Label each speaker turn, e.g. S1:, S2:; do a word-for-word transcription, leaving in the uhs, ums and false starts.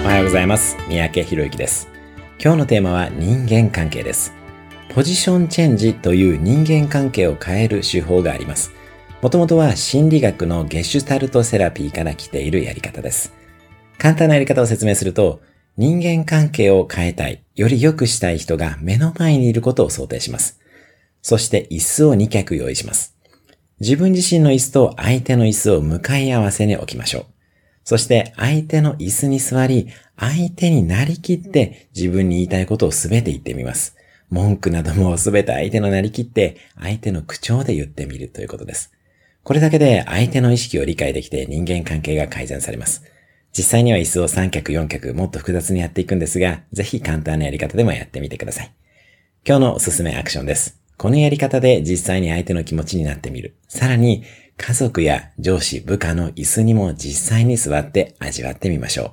S1: おはようございます。三宅博之です。今日のテーマは人間関係です。ポジションチェンジという人間関係を変える手法があります。もともとは心理学のゲシュタルトセラピーから来ているやり方です。簡単なやり方を説明すると、人間関係を変えたい、より良くしたい人が目の前にいることを想定します。そして椅子をに脚用意します。自分自身の椅子と相手の椅子を向かい合わせに置きましょう。そして相手の椅子に座り、相手になりきって自分に言いたいことをすべて言ってみます。文句などもすべて相手のなりきって相手の口調で言ってみるということです。これだけで相手の意識を理解できて人間関係が改善されます。実際には椅子をさん脚よん脚もっと複雑にやっていくんですが、ぜひ簡単なやり方でもやってみてください。今日のおすすめアクションです。このやり方で実際に相手の気持ちになってみる。さらに家族や上司、部下の椅子にも実際に座って味わってみましょう。